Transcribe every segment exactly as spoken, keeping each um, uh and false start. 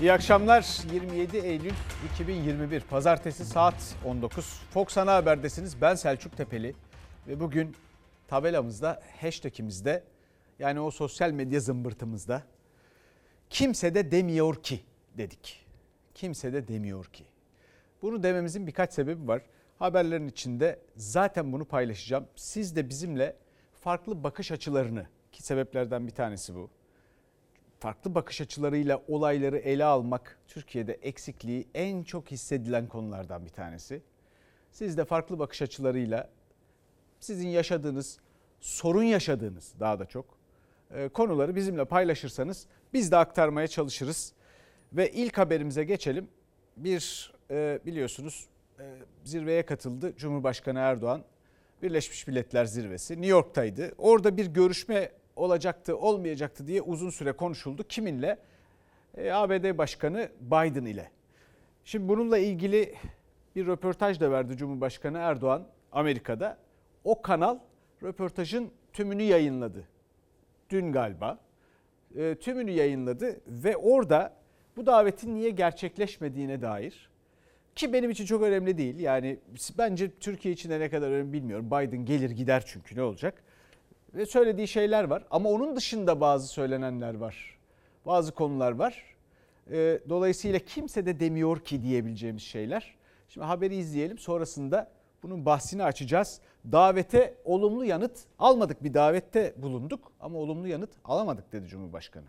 İyi akşamlar. yirmi yedi Eylül iki bin yirmi bir Pazartesi saat on dokuz. Fox Ana Haber'desiniz. Ben Selçuk Tepeli ve bugün tabelamızda, hashtag'imizde, yani o sosyal medya zımbırtımızda kimse de demiyor ki dedik. Kimse de demiyor ki. Bunu dememizin birkaç sebebi var. Haberlerin içinde zaten bunu paylaşacağım. Siz de bizimle farklı bakış açılarını, ki sebeplerden bir tanesi bu, farklı bakış açılarıyla olayları ele almak Türkiye'de eksikliği en çok hissedilen konulardan bir tanesi. Siz de farklı bakış açılarıyla sizin yaşadığınız, sorun yaşadığınız daha da çok konuları bizimle paylaşırsanız biz de aktarmaya çalışırız. Ve ilk haberimize geçelim. Bir biliyorsunuz zirveye katıldı Cumhurbaşkanı Erdoğan. Birleşmiş Milletler Zirvesi New York'taydı. Orada bir görüşme olacaktı, olmayacaktı diye uzun süre konuşuldu. Kiminle? E, A B D Başkanı Biden ile. Şimdi bununla ilgili bir röportaj da verdi Cumhurbaşkanı Erdoğan Amerika'da. O kanal röportajın tümünü yayınladı. Dün galiba. E, tümünü yayınladı ve orada bu davetin niye gerçekleşmediğine dair, ki benim için çok önemli değil. Yani bence Türkiye için de ne kadar önemli bilmiyorum. Biden gelir gider çünkü ne olacak? Ve söylediği şeyler var ama onun dışında bazı söylenenler var. Bazı konular var. Dolayısıyla kimse de demiyor ki diyebileceğimiz şeyler. Şimdi haberi izleyelim, sonrasında bunun bahsini açacağız. Davete olumlu yanıt almadık, bir davette bulunduk ama olumlu yanıt alamadık dedi Cumhurbaşkanı.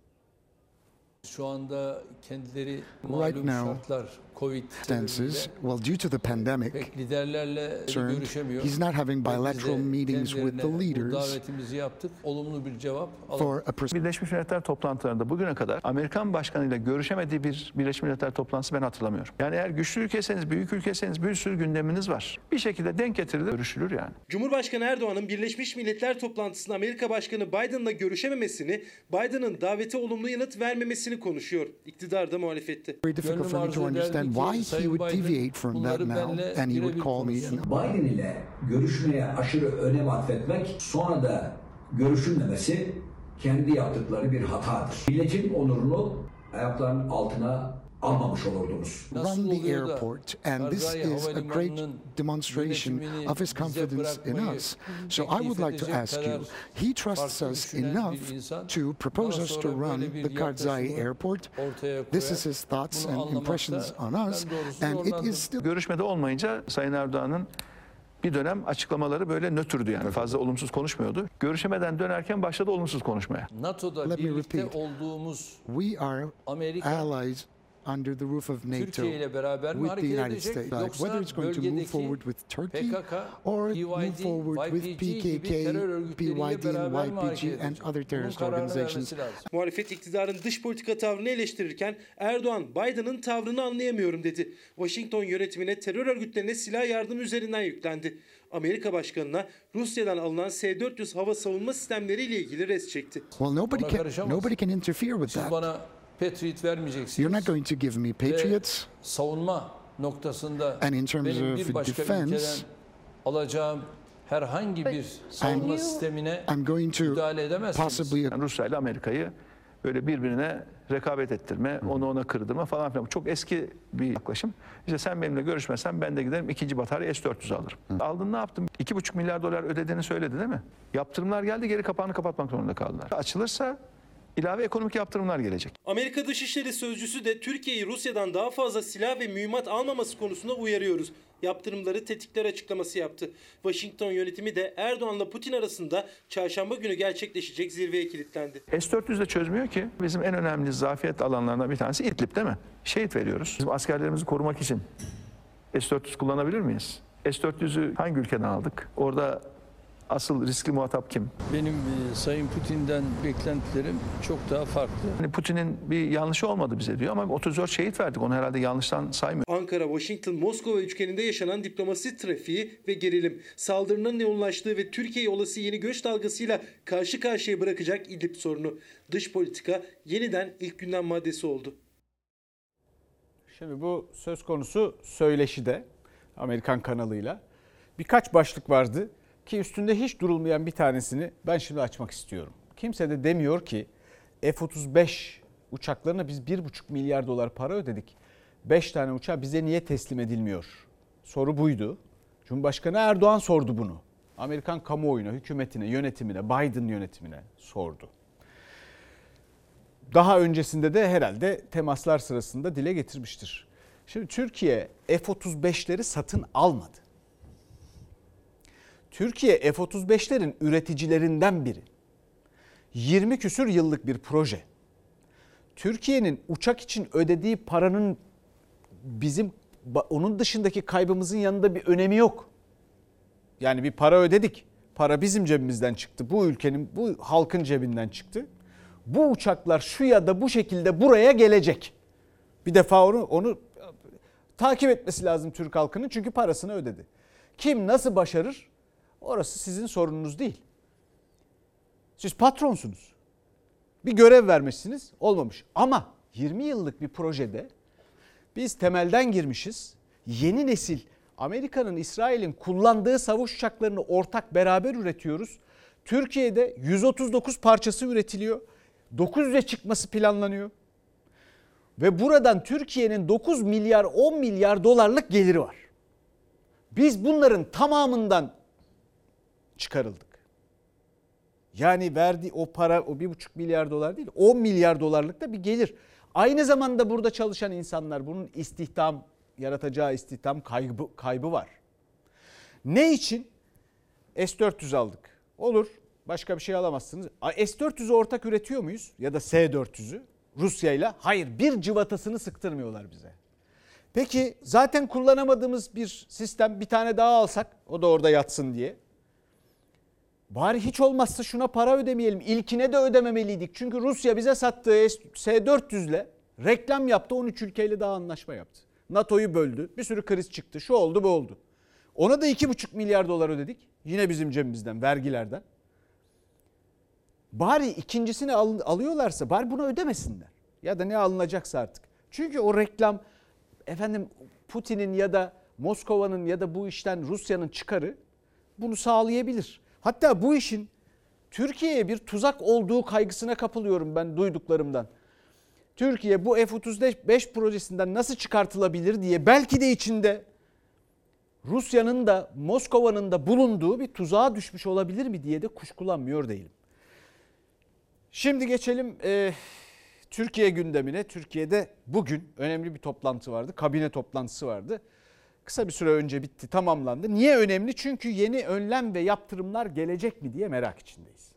Şu anda kendileri malum şartlar, Covid stances, well, due to the pandemic, pek liderlerle görüşemiyor. He's not having bilateral meetings with the leaders. Davetimizi yaptık. Olumlu bir cevap For a Birleşmiş Milletler toplantılarında bugüne kadar Amerikan başkanıyla görüşemediği bir Birleşmiş Milletler toplantısı ben hatırlamıyorum. Yani eğer güçlü ülkeyseniz, büyük ülkeyseniz bir sürü gündeminiz var. Bir şekilde denk getirilir, görüşülür yani. Cumhurbaşkanı Erdoğan'ın Birleşmiş Milletler toplantısında Amerika Başkanı Biden'la görüşememesini, Biden'ın davete olumlu yanıt vermemesini konuşuyor. İktidar da muhalefette. Very difficult for me to understand why he would deviate from that now and he would call me. Biden ile görüşmeye aşırı önem atfetmek, sonra da görüşülmemesi kendi yaptıkları bir hatadır. Milletin onurunu ayaklarının altına almamış olurdunuz. Run the airport, and this is a great demonstration of his confidence in us. So I would like to ask you, he trusts us enough to propose us to run the Karzai airport. This is his thoughts and impressions on us, and it is still... Görüşmede olmayınca Sayın Erdoğan'ın bir dönem açıklamaları böyle nötrdü, yani fazla olumsuz konuşmuyordu. Görüşemeden dönerken başladı olumsuz konuşmaya. NATO'da birlikte olduğumuz We are Amerika, allies under the roof of NATO Türkiye ile beraber mi with the hareket United edecek, States, like yoksa whether it's going to move forward with Turkey or move forward with P K K, P Y D and Y P G and other terrorist organizations. Muhalefet iktidarın dış politika tavrını eleştirirken Erdoğan, Biden'ın tavrını anlayamıyorum dedi. Washington yönetimine terör örgütlerine silah yardımı üzerinden yüklendi. Amerika Başkanı'na Rusya'dan alınan S dört yüz hava savunma sistemleriyle ilgili res çekti. Well, nobody can, nobody can interfere with Siz that. bana Patriot vermeyeceksiniz. You're not going to give me Patriots. Ve savunma noktasında And in terms benim of bir başka defense, ülkeden alacağım herhangi bir savunma I'm, sistemine I'm going to müdahale edemezsiniz. possibly Yani Rusya ile Amerika'yı böyle birbirine rekabet ettirme, onu ona kırdırma falan filan. Bu çok eski bir yaklaşım. İşte sen benimle görüşmezsen ben de giderim ikinci batarya S dört yüz alırım. Hı. Aldın, ne yaptın? iki buçuk milyar dolar ödediğini söyledi değil mi? Yaptırımlar geldi, geri kapağını kapatmak zorunda kaldılar. Açılırsa ilave ekonomik yaptırımlar gelecek. Amerika Dışişleri Sözcüsü de Türkiye'yi Rusya'dan daha fazla silah ve mühimmat almaması konusunda uyarıyoruz. Yaptırımları tetikler açıklaması yaptı. Washington yönetimi de Erdoğan'la Putin arasında çarşamba günü gerçekleşecek zirveye kilitlendi. S dört yüz de çözmüyor ki. Bizim en önemli zafiyet alanlarından bir tanesi İdlib değil mi? Şehit veriyoruz. Bizim askerlerimizi korumak için S dört yüz kullanabilir miyiz? S dört yüzü hangi ülkeden aldık? Orada asıl riskli muhatap kim? Benim e, Sayın Putin'den beklentilerim çok daha farklı. Yani Putin'in bir yanlışı olmadı bize diyor ama otuz dört şehit verdik. Onu herhalde yanlıştan saymıyor. Ankara, Washington, Moskova üçgeninde yaşanan diplomasi trafiği ve gerilim, saldırının yoğunlaştığı ve Türkiye'yi olası yeni göç dalgasıyla karşı karşıya bırakacak İdlib sorunu. Dış politika yeniden ilk gündem maddesi oldu. Şimdi bu söz konusu söyleşide Amerikan kanalıyla birkaç başlık vardı ki üstünde hiç durulmayan bir tanesini ben şimdi açmak istiyorum. Kimse de demiyor ki F otuz beş uçaklarına biz bir buçuk milyar dolar para ödedik. beş tane uçağı bize niye teslim edilmiyor? Soru buydu. Cumhurbaşkanı Erdoğan sordu bunu. Amerikan kamuoyuna, hükümetine, yönetimine, Biden yönetimine sordu. Daha öncesinde de herhalde temaslar sırasında dile getirmiştir. Şimdi Türkiye F otuz beşleri satın almadı. Türkiye F otuz beşlerin üreticilerinden biri. yirmi küsür yıllık bir proje. Türkiye'nin uçak için ödediği paranın bizim onun dışındaki kaybımızın yanında bir önemi yok. Yani bir para ödedik. Para bizim cebimizden çıktı. Bu ülkenin, bu halkın cebinden çıktı. Bu uçaklar şu ya da bu şekilde buraya gelecek. Bir defa onu, onu takip etmesi lazım Türk halkının, çünkü parasını ödedi. Kim nasıl başarır? Orası sizin sorununuz değil. Siz patronsunuz. Bir görev vermişsiniz, olmamış. Ama yirmi yıllık bir projede biz temelden girmişiz. Yeni nesil Amerika'nın, İsrail'in kullandığı savaş uçaklarını ortak beraber üretiyoruz. Türkiye'de yüz otuz dokuz parçası üretiliyor. dokuz yüze çıkması planlanıyor. Ve buradan Türkiye'nin dokuz milyar on milyar dolarlık geliri var. Biz bunların tamamından çıkarıldık. Yani verdiği o para, o bir buçuk milyar dolar değil, on milyar dolarlık da bir gelir. Aynı zamanda burada çalışan insanlar, bunun istihdam yaratacağı istihdam kaybı, kaybı var. Ne için? S dört yüz aldık. Olur, başka bir şey alamazsınız. S dört yüzü ortak üretiyor muyuz? Ya da S dört yüzü Rusya'yla? Hayır, bir cıvatasını sıktırmıyorlar bize. Peki zaten kullanamadığımız bir sistem, bir tane daha alsak, o da orada yatsın diye. Bari hiç olmazsa şuna para ödemeyelim. İlkine de ödememeliydik. Çünkü Rusya bize sattığı S dört yüzle reklam yaptı. on üç ülkeyle daha anlaşma yaptı. NATO'yu böldü. Bir sürü kriz çıktı. Şu oldu, bu oldu. Ona da iki buçuk milyar dolar ödedik. Yine bizim cebimizden, vergilerden. Bari ikincisini al, alıyorlarsa bari bunu ödemesinler. Ya da ne alınacaksa artık. Çünkü o reklam, efendim Putin'in ya da Moskova'nın ya da bu işten Rusya'nın çıkarı bunu sağlayabilir. Hatta bu işin Türkiye'ye bir tuzak olduğu kaygısına kapılıyorum ben duyduklarımdan. Türkiye bu F otuz beş projesinden nasıl çıkartılabilir diye belki de içinde Rusya'nın da Moskova'nın da bulunduğu bir tuzağa düşmüş olabilir mi diye de kuşkulanmıyor değilim. Şimdi geçelim e, Türkiye gündemine. Türkiye'de bugün önemli bir toplantı vardı. Kabine toplantısı vardı. Kısa bir süre önce bitti, tamamlandı. Niye önemli? Çünkü yeni önlem ve yaptırımlar gelecek mi diye merak içindeyiz.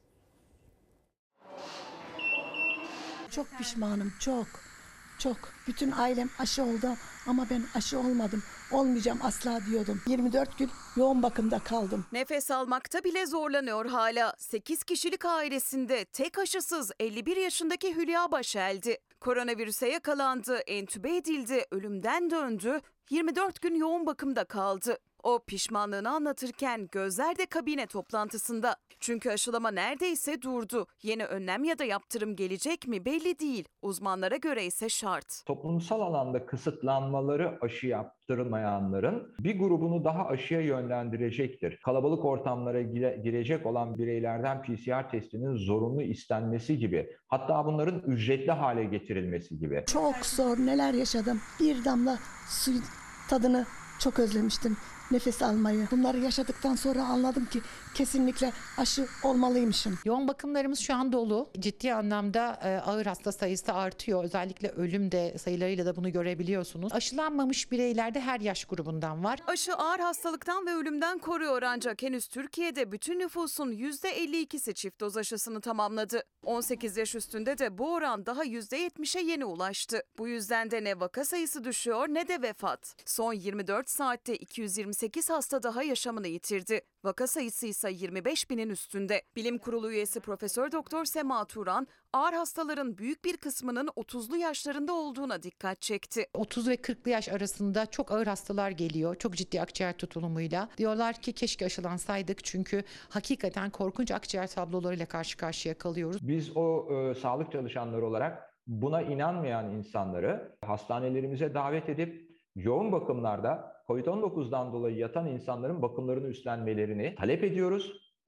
Çok pişmanım, çok. Çok. Bütün ailem aşı oldu ama ben aşı olmadım. Olmayacağım asla diyordum. yirmi dört gün yoğun bakımda kaldım. Nefes almakta bile zorlanıyor hala. sekiz kişilik ailesinde tek aşısız elli bir yaşındaki Hülya Başel'di. Koronavirüse yakalandı, entübe edildi, ölümden döndü. yirmi dört gün yoğun bakımda kaldı. O pişmanlığını anlatırken gözler de kabine toplantısında. Çünkü aşılama neredeyse durdu. Yeni önlem ya da yaptırım gelecek mi belli değil. Uzmanlara göre ise şart. Toplumsal alanda kısıtlanmaları aşı yaptırmayanların bir grubunu daha aşıya yönlendirecektir. Kalabalık ortamlara gire, girecek olan bireylerden P C R testinin zorunlu istenmesi gibi, hatta bunların ücretli hale getirilmesi gibi. Çok zor, neler yaşadım. Bir damla su tadını çok özlemiştim. Nefes almayı. Bunları yaşadıktan sonra anladım ki kesinlikle aşı olmalıymışım. Yoğun bakımlarımız şu an dolu. Ciddi anlamda ağır hasta sayısı artıyor. Özellikle ölüm de sayılarıyla da bunu görebiliyorsunuz. Aşılanmamış bireylerde her yaş grubundan var. Aşı ağır hastalıktan ve ölümden koruyor ancak henüz Türkiye'de bütün nüfusun yüzde elli ikisi çift doz aşısını tamamladı. on sekiz yaş üstünde de bu oran daha yüzde yetmişe yeni ulaştı. Bu yüzden de ne vaka sayısı düşüyor ne de vefat. Son yirmi dört saatte iki yüz yirmi sekiz hasta daha yaşamını yitirdi. Vaka sayısı ise yirmi beş binin üstünde. Bilim Kurulu üyesi Profesör Doktor Sema Turan, ağır hastaların büyük bir kısmının otuzlu yaşlarında olduğuna dikkat çekti. otuz ve kırklı yaş arasında çok ağır hastalar geliyor. Çok ciddi akciğer tutulumuyla. Diyorlar ki keşke aşılansaydık çünkü hakikaten korkunç akciğer tablolarıyla karşı karşıya kalıyoruz. Biz o e, sağlık çalışanları olarak buna inanmayan insanları hastanelerimize davet edip yoğun bakımlarda kovid on dokuzdan dolayı yatan insanların bakımlarını üstlenmelerini talep ediyoruz.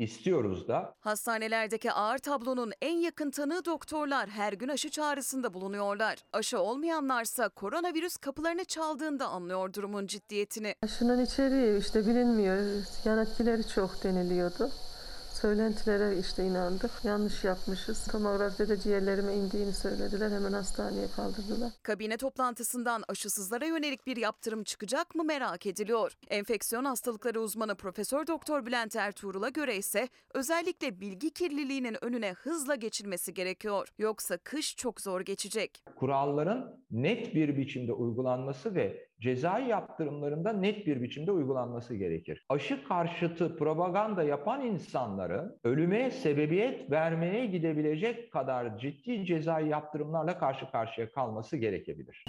istiyoruz da. Hastanelerdeki ağır tablonun en yakın tanığı doktorlar her gün aşı çağrısında bulunuyorlar. Aşı olmayanlarsa koronavirüs kapılarını çaldığında anlıyor durumun ciddiyetini. Aşının içeriği işte bilinmiyor. Yan etkileri çok deniliyordu. Söylentilere işte inandık. Yanlış yapmışız. Tomografide de ciğerlerime indiğini söylediler. Hemen hastaneye kaldırdılar. Kabine toplantısından aşısızlara yönelik bir yaptırım çıkacak mı merak ediliyor. Enfeksiyon hastalıkları uzmanı Profesör Doktor Bülent Ertuğrul'a göre ise özellikle bilgi kirliliğinin önüne hızla geçilmesi gerekiyor. Yoksa kış çok zor geçecek. Kuralların net bir biçimde uygulanması ve cezai yaptırımlarında net bir biçimde uygulanması gerekir. Aşı karşıtı propaganda yapan insanların ölüme sebebiyet vermeye gidebilecek kadar ciddi cezai yaptırımlarla karşı karşıya kalması gerekebilir.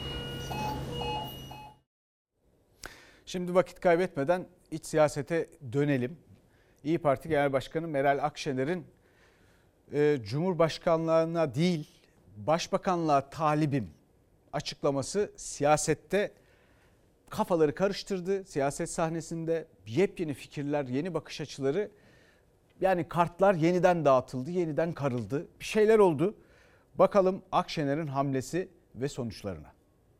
Şimdi vakit kaybetmeden iç siyasete dönelim. İYİ Parti Genel Başkanı Meral Akşener'in e, Cumhurbaşkanlığına değil Başbakanlığa talibim açıklaması siyasette kafaları karıştırdı. Siyaset sahnesinde yepyeni fikirler, yeni bakış açıları, yani kartlar yeniden dağıtıldı, yeniden karıldı. Bir şeyler oldu. Bakalım Akşener'in hamlesi ve sonuçlarına.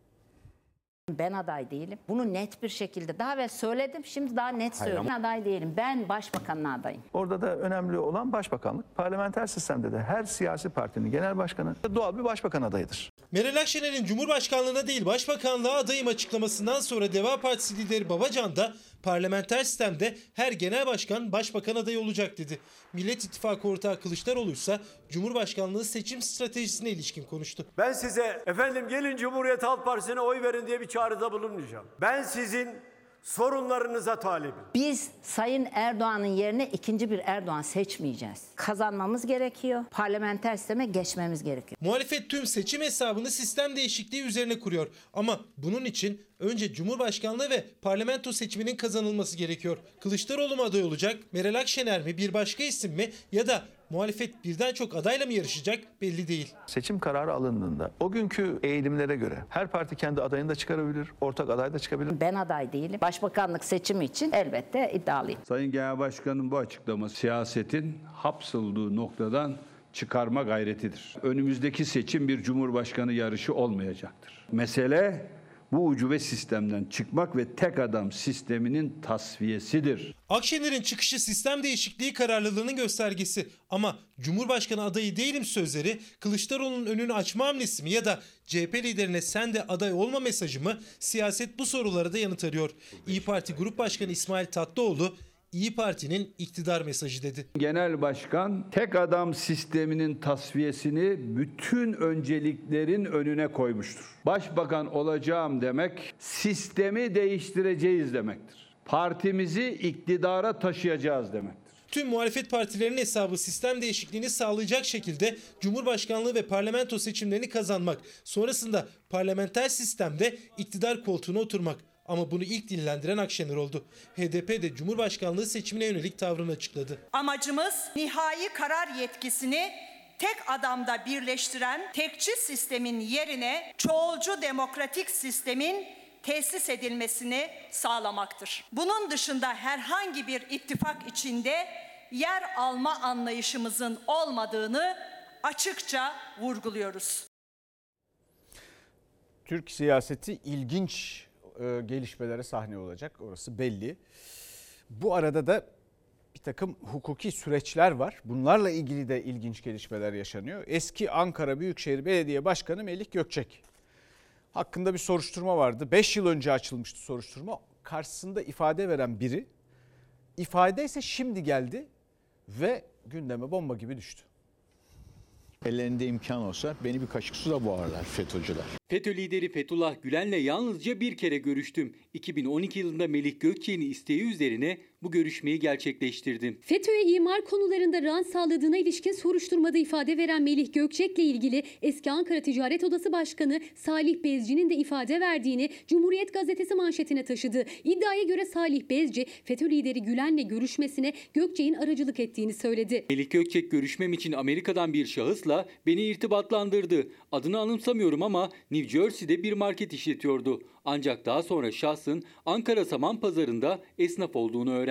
Ben aday değilim. Bunu net bir şekilde daha evvel söyledim. Şimdi daha net söylüyorum. Ben aday değilim. Ben başbakanlığa adayım. Orada da önemli olan başbakanlık. Parlamenter sistemde de her siyasi partinin genel başkanı doğal bir başbakan adayıdır. Meral Akşener'in Cumhurbaşkanlığına değil Başbakanlığa adayım açıklamasından sonra Deva Partisi lideri Babacan da parlamenter sistemde her genel başkan başbakan adayı olacak dedi. Millet İttifakı ortağı Kılıçdaroğlu ise Cumhurbaşkanlığı seçim stratejisine ilişkin konuştu. Ben size efendim gelin Cumhuriyet Halk Partisi'ne oy verin diye bir çağrıda bulunmayacağım. Ben sizin sorunlarınıza talibim. Biz Sayın Erdoğan'ın yerine ikinci bir Erdoğan seçmeyeceğiz. Kazanmamız gerekiyor. Parlamenter sisteme geçmemiz gerekiyor. Muhalefet tüm seçim hesabını sistem değişikliği üzerine kuruyor. Ama bunun için önce Cumhurbaşkanlığı ve parlamento seçiminin kazanılması gerekiyor. Kılıçdaroğlu mu aday olacak, Meral Akşener mi, bir başka isim mi ya da muhalefet birden çok adayla mı yarışacak belli değil. Seçim kararı alındığında o günkü eğilimlere göre her parti kendi adayını da çıkarabilir, ortak aday da çıkabilir. Ben aday değilim. Başbakanlık seçimi için elbette iddialıyım. Sayın Genel Başkan'ın bu açıklaması siyasetin hapsolduğu noktadan çıkarma gayretidir. Önümüzdeki seçim bir cumhurbaşkanı yarışı olmayacaktır. Mesele bu ucube sistemden çıkmak ve tek adam sisteminin tasfiyesidir. Akşener'in çıkışı sistem değişikliği kararlılığının göstergesi. Ama Cumhurbaşkanı adayı değilim sözleri Kılıçdaroğlu'nun önünü açma hamlesi mi ya da C H P liderine sen de aday olma mesajı mı? Siyaset bu sorulara da yanıt arıyor. İYİ Parti Grup Başkanı İsmail Tatlıoğlu, İYİ Parti'nin iktidar mesajı dedi. Genel Başkan tek adam sisteminin tasfiyesini bütün önceliklerin önüne koymuştur. Başbakan olacağım demek sistemi değiştireceğiz demektir. Partimizi iktidara taşıyacağız demektir. Tüm muhalefet partilerinin hesabı sistem değişikliğini sağlayacak şekilde Cumhurbaşkanlığı ve parlamento seçimlerini kazanmak. Sonrasında parlamenter sistemde iktidar koltuğuna oturmak. Ama bunu ilk dillendiren Akşener oldu. H D P de Cumhurbaşkanlığı seçimine yönelik tavrını açıkladı. Amacımız nihai karar yetkisini tek adamda birleştiren tekçi sistemin yerine çoğulcu demokratik sistemin tesis edilmesini sağlamaktır. Bunun dışında herhangi bir ittifak içinde yer alma anlayışımızın olmadığını açıkça vurguluyoruz. Türk siyaseti ilginç gelişmelere sahne olacak, orası belli. Bu arada da bir takım hukuki süreçler var. Bunlarla ilgili de ilginç gelişmeler yaşanıyor. Eski Ankara Büyükşehir Belediye Başkanı Melih Gökçek hakkında bir soruşturma vardı. beş yıl önce açılmıştı soruşturma. Karşısında ifade veren biri, ifade ise şimdi geldi ve gündeme bomba gibi düştü. Ellerinde imkan olsa beni bir kaşık suda boğarlar FETÖ'cüler. FETÖ lideri Fethullah Gülen'le yalnızca bir kere görüştüm. iki bin on iki yılında Melih Gökçek'in isteği üzerine bu görüşmeyi gerçekleştirdim. FETÖ'ye imar konularında rant sağladığına ilişkin soruşturmada ifade veren Melih Gökçek'le ilgili eski Ankara Ticaret Odası Başkanı Salih Bezci'nin de ifade verdiğini Cumhuriyet Gazetesi manşetine taşıdı. İddiaya göre Salih Bezci, FETÖ lideri Gülen'le görüşmesine Gökçek'in aracılık ettiğini söyledi. Melih Gökçek görüşmem için Amerika'dan bir şahısla beni irtibatlandırdı. Adını anımsamıyorum ama New Jersey'de bir market işletiyordu. Ancak daha sonra şahsın Ankara Saman Pazarı'nda esnaf olduğunu öğrendim.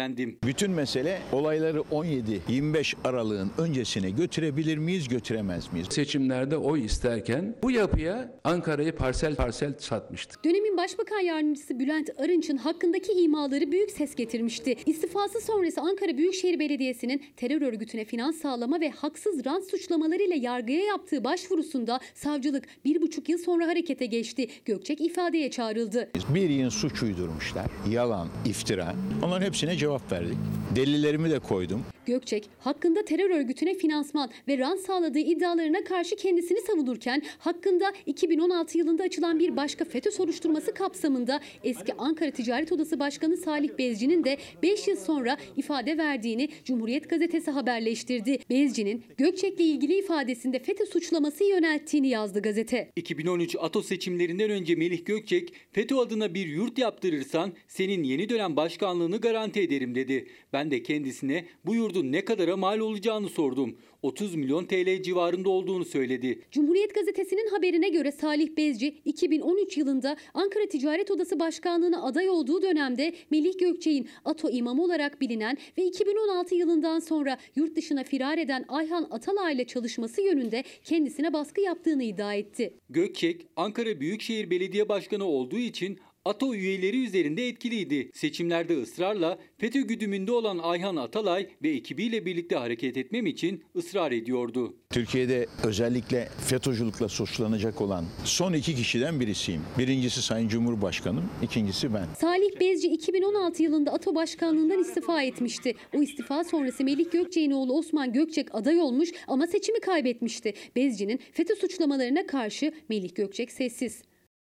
öğrendim. Bütün mesele olayları on yedi yirmi beş aralığın öncesine götürebilir miyiz, götüremez miyiz? Seçimlerde oy isterken bu yapıya Ankara'yı parsel parsel satmıştı. Dönemin Başbakan Yardımcısı Bülent Arınç'ın hakkındaki imaları büyük ses getirmişti. İstifası sonrası Ankara Büyükşehir Belediyesi'nin terör örgütüne finans sağlama ve haksız rant suçlamalarıyla yargıya yaptığı başvurusunda savcılık bir buçuk yıl sonra harekete geçti. Gökçek ifadeye çağrıldı. Bir yıl suç uydurmuşlar. Yalan, iftira. Onların hepsine cevap verdik. Delillerimi de koydum. Gökçek hakkında terör örgütüne finansman ve rant sağladığı iddialarına karşı kendisini savunurken hakkında iki bin on altı yılında açılan bir başka FETÖ soruşturması kapsamında eski Ankara Ticaret Odası Başkanı Salih Bezci'nin de beş yıl sonra ifade verdiğini Cumhuriyet Gazetesi haberleştirdi. Bezci'nin Gökçek'le ilgili ifadesinde FETÖ suçlaması yönelttiğini yazdı gazete. iki bin on üç ATO seçimlerinden önce Melih Gökçek, FETÖ adına bir yurt yaptırırsan senin yeni dönem başkanlığını garanti ederim dedi. Ben de kendisine bu yurdun ne kadara mal olacağını sordum. otuz milyon T L civarında olduğunu söyledi. Cumhuriyet Gazetesi'nin haberine göre Salih Bezci iki bin on üç yılında Ankara Ticaret Odası Başkanlığı'na aday olduğu dönemde Melih Gökçek'in ATO imamı olarak bilinen ve iki bin on altı yılından sonra yurt dışına firar eden Ayhan Atalay ile çalışması yönünde kendisine baskı yaptığını iddia etti. Gökçek, Ankara Büyükşehir Belediye Başkanı olduğu için ATO üyeleri üzerinde etkiliydi. Seçimlerde ısrarla FETÖ güdümünde olan Ayhan Atalay ve ekibiyle birlikte hareket etmem için ısrar ediyordu. Türkiye'de özellikle FETÖ'cülükle suçlanacak olan son iki kişiden birisiyim. Birincisi Sayın Cumhurbaşkanım, ikincisi ben. Salih Bezci iki bin on altı yılında ATO Başkanlığından istifa etmişti. O istifa sonrası Melih Gökçek'in oğlu Osman Gökçek aday olmuş ama seçimi kaybetmişti. Bezci'nin FETÖ suçlamalarına karşı Melih Gökçek sessiz.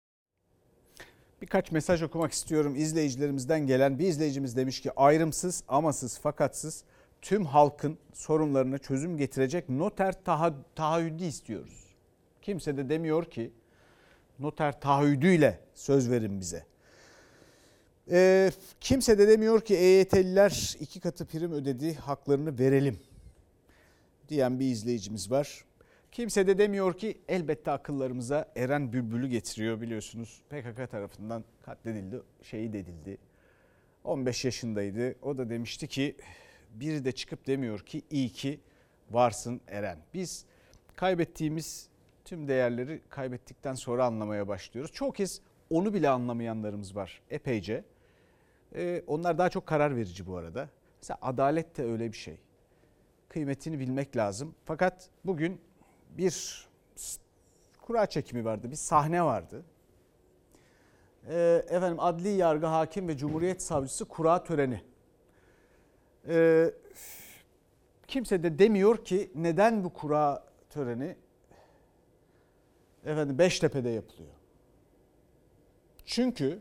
Birkaç mesaj okumak istiyorum izleyicilerimizden gelen. Bir izleyicimiz demiş ki ayrımsız, amasız, fakatsız tüm halkın sorunlarına çözüm getirecek noter taha, taahhüdü istiyoruz. Kimse de demiyor ki noter taahhüdüyle söz verin bize. Ee, kimse de demiyor ki E Y T'liler iki katı prim ödedi, haklarını verelim diyen bir izleyicimiz var. Kimse de demiyor ki elbette akıllarımıza Eren Bülbül'ü getiriyor, biliyorsunuz. P K K tarafından katledildi, şehit edildi. on beş yaşındaydı. O da demişti ki biri de çıkıp demiyor ki iyi ki varsın Eren. Biz kaybettiğimiz tüm değerleri kaybettikten sonra anlamaya başlıyoruz. Çoğu kez onu bile anlamayanlarımız var epeyce. Ee, onlar daha çok karar verici bu arada. Mesela adalet de öyle bir şey. Kıymetini bilmek lazım. Fakat bugün bir kura çekimi vardı, bir sahne vardı. Ee, efendim adli yargı, hakim ve Cumhuriyet Savcısı kura töreni. Ee, kimse de demiyor ki neden bu kura töreni efendim Beştepe'de yapılıyor. Çünkü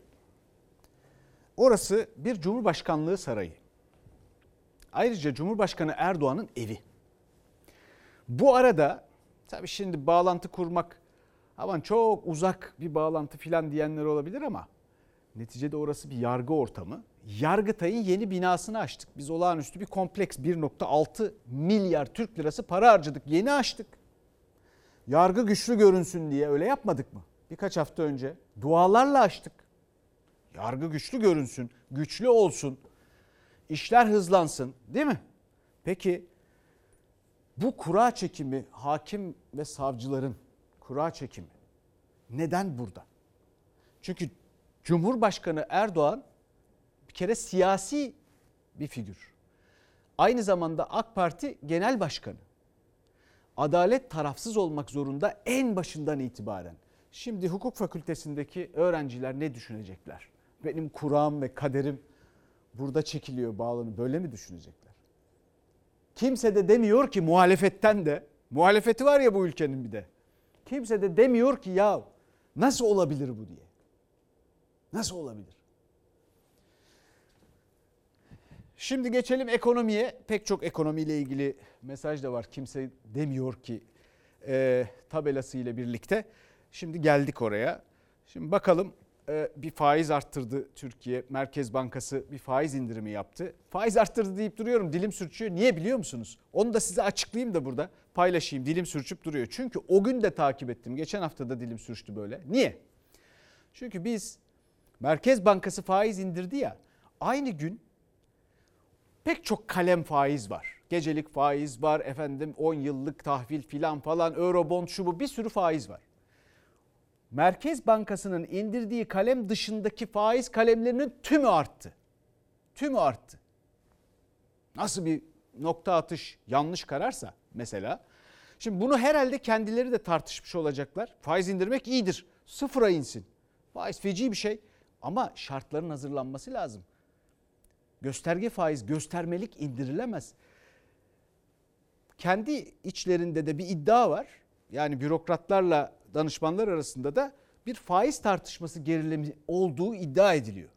orası bir Cumhurbaşkanlığı sarayı. Ayrıca Cumhurbaşkanı Erdoğan'ın evi. Bu arada tabii şimdi bağlantı kurmak aman çok uzak bir bağlantı filan diyenler olabilir ama neticede orası bir yargı ortamı. Yargıtay'ın yeni binasını açtık. Biz olağanüstü bir kompleks bir nokta altı milyar Türk lirası para harcadık. Yeni açtık. Yargı güçlü görünsün diye öyle yapmadık mı? Birkaç hafta önce dualarla açtık. Yargı güçlü görünsün, güçlü olsun, işler hızlansın, değil mi? Peki bu kura çekimi, hakim ve savcıların kura çekimi neden burada? Çünkü Cumhurbaşkanı Erdoğan bir kere siyasi bir figür. Aynı zamanda AK Parti Genel Başkanı. Adalet tarafsız olmak zorunda en başından itibaren. Şimdi hukuk fakültesindeki öğrenciler ne düşünecekler? Benim kuram ve kaderim burada çekiliyor, bağlanıyor. Böyle mi düşünecekler? Kimse de demiyor ki muhalefetten de, muhalefeti var ya bu ülkenin bir de. Kimse de demiyor ki ya nasıl olabilir bu diye. Nasıl olabilir? Şimdi geçelim ekonomiye. Pek çok ekonomiyle ilgili mesaj da var. Kimse demiyor ki e, tabelasıyla birlikte. Şimdi geldik oraya. Şimdi bakalım e, bir faiz arttırdı Türkiye. Merkez Bankası bir faiz indirimi yaptı. Faiz arttırdı deyip duruyorum. Dilim sürçüyor. Niye biliyor musunuz? Onu da size açıklayayım da burada paylaşayım. Dilim sürçüp duruyor. Çünkü o gün de takip ettim. Geçen hafta da dilim sürçtü böyle. Niye? Çünkü biz Merkez Bankası faiz indirdi ya. Aynı gün pek çok kalem faiz var. Gecelik faiz var, efendim on yıllık tahvil filan falan, eurobond şu bu, bir sürü faiz var. Merkez Bankası'nın indirdiği kalem dışındaki faiz kalemlerinin tümü arttı. Tümü arttı. Nasıl bir nokta atış yanlış kararsa mesela. Şimdi bunu herhalde kendileri de tartışmış olacaklar. Faiz indirmek iyidir. Sıfıra insin. Faiz feci bir şey ama şartların hazırlanması lazım. Gösterge faiz, göstermelik indirilemez. Kendi içlerinde de bir iddia var. Yani bürokratlarla danışmanlar arasında da bir faiz tartışması gerilimi olduğu iddia ediliyor.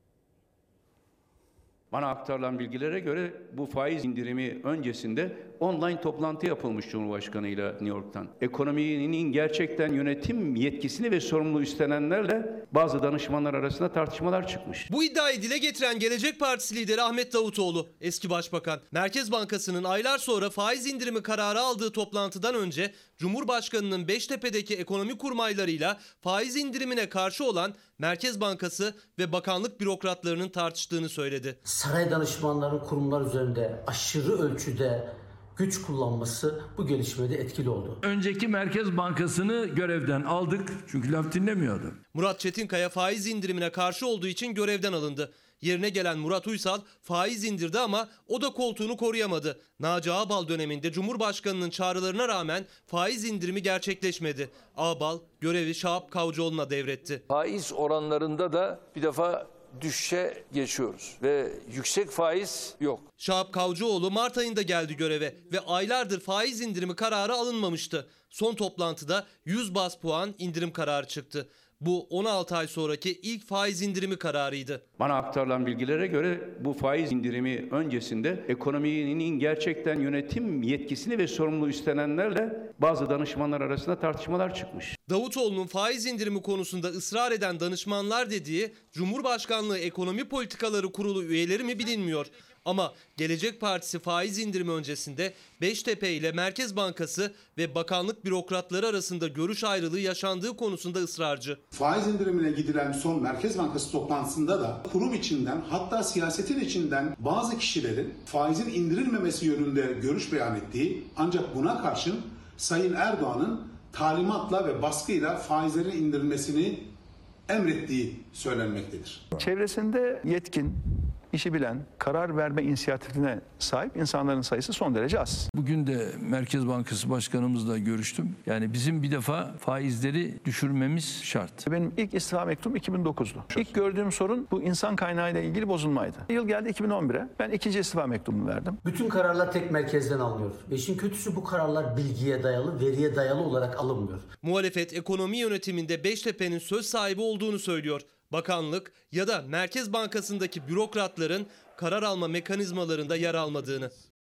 Bana aktarılan bilgilere göre bu faiz indirimi öncesinde online toplantı yapılmış Cumhurbaşkanı ile New York'tan. Ekonominin gerçekten yönetim yetkisini ve sorumluluğu üstlenenlerle bazı danışmanlar arasında tartışmalar çıkmış. Bu iddiayı dile getiren Gelecek Partisi lideri Ahmet Davutoğlu, eski başbakan, Merkez Bankası'nın aylar sonra faiz indirimi kararı aldığı toplantıdan önce Cumhurbaşkanı'nın Beştepe'deki ekonomi kurmaylarıyla faiz indirimine karşı olan Merkez Bankası ve bakanlık bürokratlarının tartıştığını söyledi. Saray danışmanlarının kurumlar üzerinde aşırı ölçüde güç kullanması bu gelişmede etkili oldu. Önceki Merkez Bankası'nı görevden aldık çünkü laf dinlemiyordu. Murat Çetinkaya faiz indirimine karşı olduğu için görevden alındı. Yerine gelen Murat Uysal faiz indirdi ama o da koltuğunu koruyamadı. Naci Ağbal döneminde Cumhurbaşkanı'nın çağrılarına rağmen faiz indirimi gerçekleşmedi. Ağbal görevi Şahap Kavcıoğlu'na devretti. Faiz oranlarında da bir defa düşüşe geçiyoruz ve yüksek faiz yok. Şahap Kavcıoğlu Mart ayında geldi göreve ve aylardır faiz indirimi kararı alınmamıştı. Son toplantıda yüz baz puan indirim kararı çıktı. Bu on altı ay sonraki ilk faiz indirimi kararıydı. Bana aktarılan bilgilere göre bu faiz indirimi öncesinde ekonominin gerçekten yönetim yetkisini ve sorumluluğu üstlenenlerle bazı danışmanlar arasında tartışmalar çıkmış. Davutoğlu'nun faiz indirimi konusunda ısrar eden danışmanlar dediği Cumhurbaşkanlığı Ekonomi Politikaları Kurulu üyeleri mi bilinmiyor. Ama Gelecek Partisi faiz indirimi öncesinde Beştepe ile Merkez Bankası ve bakanlık bürokratları arasında görüş ayrılığı yaşandığı konusunda ısrarcı. Faiz indirimine gidilen son Merkez Bankası toplantısında da kurum içinden, hatta siyasetin içinden bazı kişilerin faizin indirilmemesi yönünde görüş beyan ettiği, ancak buna karşın Sayın Erdoğan'ın talimatla ve baskıyla faizlerin indirilmesini emrettiği söylenmektedir. Çevresinde yetkin, işi bilen, karar verme inisiyatifine sahip insanların sayısı son derece az. Bugün de Merkez Bankası Başkanımızla görüştüm. Yani bizim bir defa faizleri düşürmemiz şart. Benim ilk istifa mektubum iki bin dokuzdu. İlk gördüğüm sorun bu insan kaynağıyla ilgili bozulmaydı. Yıl geldi iki bin on bire. Ben ikinci istifa mektubumu verdim. Bütün kararlar tek merkezden alınıyor. Ve işin kötüsü bu kararlar bilgiye dayalı, veriye dayalı olarak alınmıyor. Muhalefet ekonomi yönetiminde Beştepe'nin söz sahibi olduğunu söylüyor. Bakanlık ya da Merkez Bankası'ndaki bürokratların karar alma mekanizmalarında yer almadığını.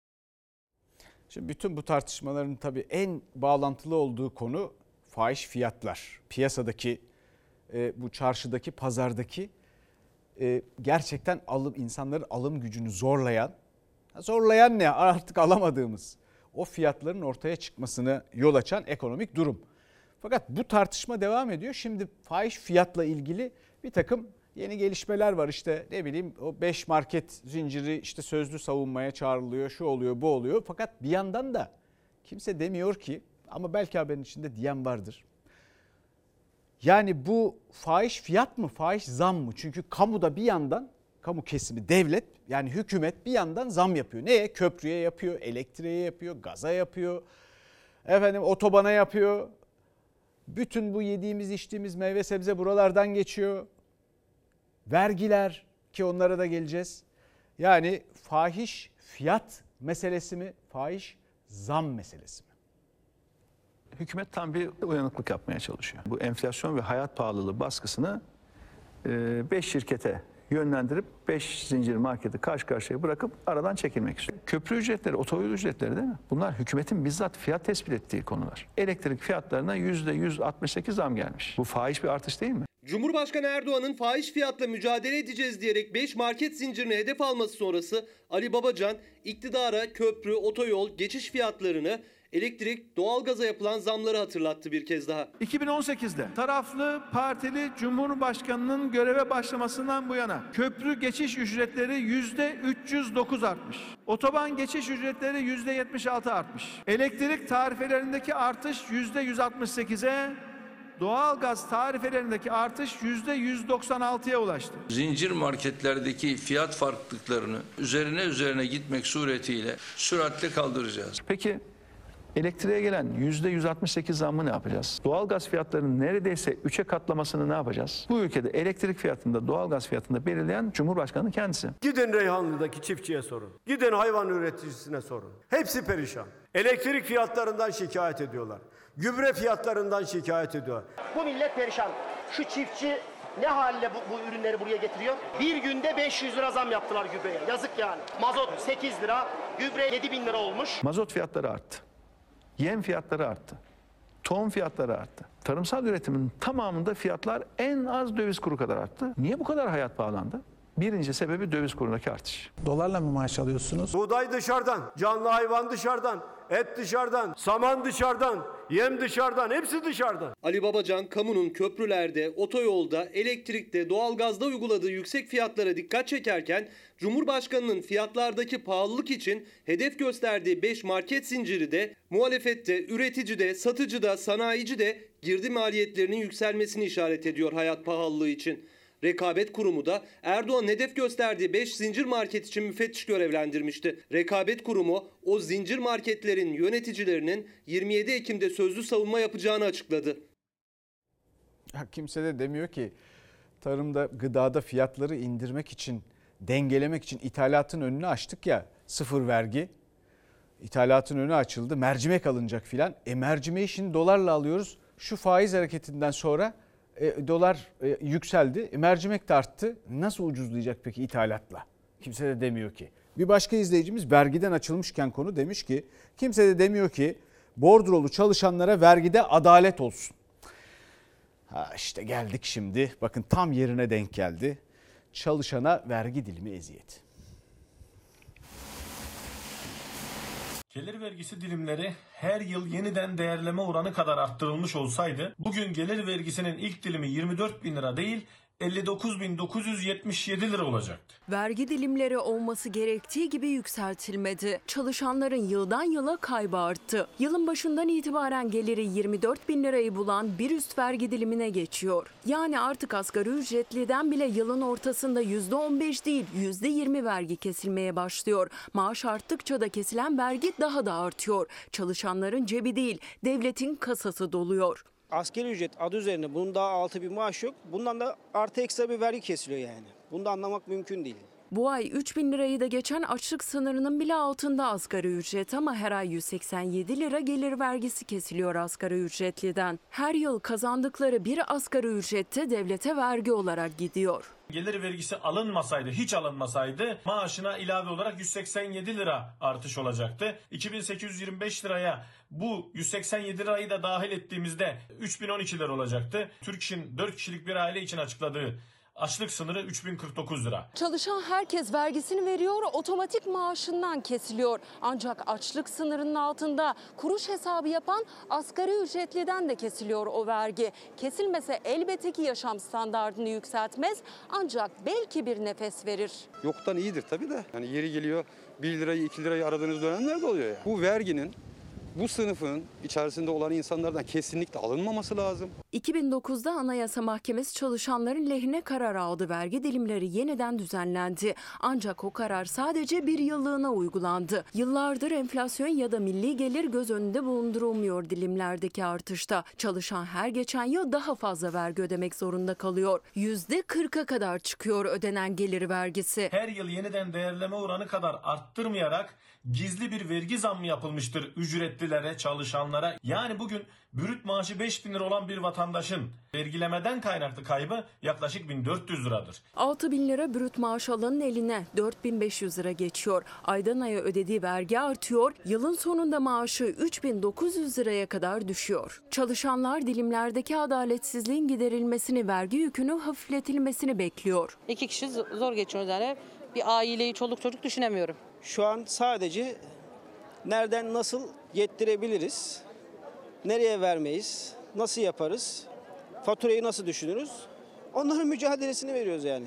Şimdi bütün bu tartışmaların tabii en bağlantılı olduğu konu fahiş fiyatlar. Piyasadaki, e, bu çarşıdaki, pazardaki e, gerçekten alım, insanların alım gücünü zorlayan, zorlayan ne artık alamadığımız o fiyatların ortaya çıkmasına yol açan ekonomik durum. Fakat bu tartışma devam ediyor. Şimdi fahiş fiyatla ilgili bir takım yeni gelişmeler var. İşte ne bileyim o beş market zinciri işte sözlü savunmaya çağrılıyor, şu oluyor, bu oluyor. Fakat bir yandan da kimse demiyor ki, ama belki haberin içinde diyen vardır. Yani bu fahiş fiyat mı, fahiş zam mı? Çünkü kamuda bir yandan, kamu kesimi, devlet yani hükümet bir yandan zam yapıyor. Neye? Köprüye yapıyor, elektriğe yapıyor, gaza yapıyor, efendim otobana yapıyor. Bütün bu yediğimiz içtiğimiz meyve sebze buralardan geçiyor. Vergiler, ki onlara da geleceğiz. Yani fahiş fiyat meselesi mi, fahiş zam meselesi mi? Hükümet tam bir uyanıklık yapmaya çalışıyor. Bu enflasyon ve hayat pahalılığı baskısını beş şirkete yönlendirip beş zincir marketi karşı karşıya bırakıp aradan çekilmek istiyor. Köprü ücretleri, otoyol ücretleri değil mi? Bunlar hükümetin bizzat fiyat tespit ettiği konular. Elektrik fiyatlarına yüzde yüz altmış sekiz zam gelmiş. Bu fahiş bir artış değil mi? Cumhurbaşkanı Erdoğan'ın fahiş fiyatla mücadele edeceğiz diyerek beş market zincirini hedef alması sonrası Ali Babacan iktidara köprü, otoyol, geçiş fiyatlarını Elektrik, doğalgaza yapılan zamları hatırlattı bir kez daha. iki bin on sekizde taraflı partili Cumhurbaşkanı'nın göreve başlamasından bu yana köprü geçiş ücretleri yüzde üç yüz dokuz artmış. Otoban geçiş ücretleri yüzde yetmiş altı artmış. Elektrik tarifelerindeki artış yüzde yüz altmış sekize, doğalgaz tarifelerindeki artış yüzde yüz doksan altıya ulaştı. Zincir marketlerdeki fiyat farklılıklarını üzerine üzerine gitmek suretiyle süratle kaldıracağız. Peki elektriğe gelen yüzde yüz altmış sekiz zammı ne yapacağız? Doğalgaz fiyatlarının neredeyse üçe katlamasını ne yapacağız? Bu ülkede elektrik fiyatında, doğalgaz fiyatında belirleyen Cumhurbaşkanı kendisi. Gidin Reyhanlı'daki çiftçiye sorun. Gidin hayvan üreticisine sorun. Hepsi perişan. Elektrik fiyatlarından şikayet ediyorlar. Gübre fiyatlarından şikayet ediyorlar. Bu millet perişan. Şu çiftçi ne haliyle bu, bu ürünleri buraya getiriyor? Bir günde beş yüz lira zam yaptılar gübreye. Yazık yani. Mazot sekiz lira, gübre yedi bin lira olmuş. Mazot fiyatları arttı. Yem fiyatları arttı. Tohum fiyatları arttı. Tarımsal üretimin tamamında fiyatlar en az döviz kuru kadar arttı. Niye bu kadar hayat pahalandı? Birinci sebebi döviz kurundaki artış. Dolarla mı maaş alıyorsunuz? Buğday dışarıdan, canlı hayvan dışarıdan, et dışarıdan, saman dışarıdan, yem dışarıdan, hepsi dışarıdan. Ali Babacan, kamunun köprülerde, otoyolda, elektrikte, doğalgazda uyguladığı yüksek fiyatlara dikkat çekerken, Cumhurbaşkanı'nın fiyatlardaki pahalılık için hedef gösterdiği beş market zinciri de, muhalefette, üreticide, satıcıda, sanayicide girdi maliyetlerinin yükselmesini işaret ediyor hayat pahalılığı için. Rekabet Kurumu da Erdoğan hedef gösterdiği beş zincir market için müfettiş görevlendirmişti. Rekabet Kurumu o zincir marketlerin yöneticilerinin yirmi yedi Ekim'de sözlü savunma yapacağını açıkladı. Ya kimse de demiyor ki tarımda, gıdada fiyatları indirmek için, dengelemek için ithalatın önünü açtık ya, sıfır vergi. İthalatın önü açıldı, mercimek alınacak filan. E mercimeği şimdi dolarla alıyoruz. Şu faiz hareketinden sonra E, dolar e, yükseldi, e, mercimek de arttı. Nasıl ucuzlayacak peki ithalatla? Kimse de demiyor ki. Bir başka izleyicimiz vergiden açılmışken konu demiş ki, kimse de demiyor ki bordrolu çalışanlara vergide adalet olsun. Ha işte geldik şimdi. Bakın tam yerine denk geldi. Çalışana vergi dilimi eziyet. Gelir vergisi dilimleri her yıl yeniden değerleme oranı kadar arttırılmış olsaydı bugün gelir vergisinin ilk dilimi yirmi dört bin lira değil elli dokuz bin dokuz yüz yetmiş yedi lira olacaktı. Vergi dilimleri olması gerektiği gibi yükseltilmedi. Çalışanların yıldan yıla kaybı arttı. Yılın başından itibaren geliri yirmi dört bin lirayı bulan bir üst vergi dilimine geçiyor. Yani artık asgari ücretliden bile yılın ortasında yüzde on beş değil yüzde yirmi vergi kesilmeye başlıyor. Maaş arttıkça da kesilen vergi daha da artıyor. Çalışanların cebi değil, devletin kasası doluyor. Asgari ücret adı üzerine bunun daha altı bir maaş yok. Bundan da artı ekstra bir vergi kesiliyor yani. Bunu da anlamak mümkün değil. Bu ay üç bin lirayı da geçen açlık sınırının bile altında asgari ücret ama her ay yüz seksen yedi lira gelir vergisi kesiliyor asgari ücretliden. Her yıl kazandıkları bir asgari ücrette devlete vergi olarak gidiyor. Gelir vergisi alınmasaydı, hiç alınmasaydı maaşına ilave olarak yüz seksen yedi lira artış olacaktı. iki bin sekiz yüz yirmi beş liraya bu yüz seksen yedi lirayı da dahil ettiğimizde üç bin on iki lira olacaktı. Türk İş'in dört kişilik bir aile için açıkladığı açlık sınırı üç bin kırk dokuz lira. Çalışan herkes vergisini veriyor, otomatik maaşından kesiliyor. Ancak açlık sınırının altında kuruş hesabı yapan asgari ücretliden de kesiliyor o vergi. Kesilmese elbette ki yaşam standartını yükseltmez ancak belki bir nefes verir. Yoktan iyidir tabii de. Yani yeri geliyor bir lirayı iki lirayı aradığınız dönemler de oluyor ya. Bu verginin bu sınıfın içerisinde olan insanlardan kesinlikle alınmaması lazım. iki bin dokuzda Anayasa Mahkemesi çalışanların lehine karar aldı. Vergi dilimleri yeniden düzenlendi. Ancak o karar sadece bir yıllığına uygulandı. Yıllardır enflasyon ya da milli gelir göz önünde bulundurulmuyor dilimlerdeki artışta. Çalışan her geçen yıl daha fazla vergi ödemek zorunda kalıyor. yüzde kırka kadar çıkıyor ödenen gelir vergisi. Her yıl yeniden değerleme oranı kadar arttırmayarak gizli bir vergi zammı yapılmıştır ücretlilere, çalışanlara. Yani bugün brüt maaşı beş bin lira olan bir vatandaşın vergilemeden kaynaklı kaybı yaklaşık bin dört yüz liradır. altı bin lira brüt maaş alanın eline dört bin beş yüz lira geçiyor. Aydan aya ödediği vergi artıyor. Yılın sonunda maaşı üç bin dokuz yüz liraya kadar düşüyor. Çalışanlar dilimlerdeki adaletsizliğin giderilmesini, vergi yükünün hafifletilmesini bekliyor. İki kişi zor geçiyoruz yani. Bir aileyi, çoluk çocuk düşünemiyorum. Şu an sadece Nereden nasıl yettirebiliriz? Nereye vermeyiz? Nasıl yaparız? Faturayı nasıl düşünürüz? Onların mücadelesini veriyoruz yani.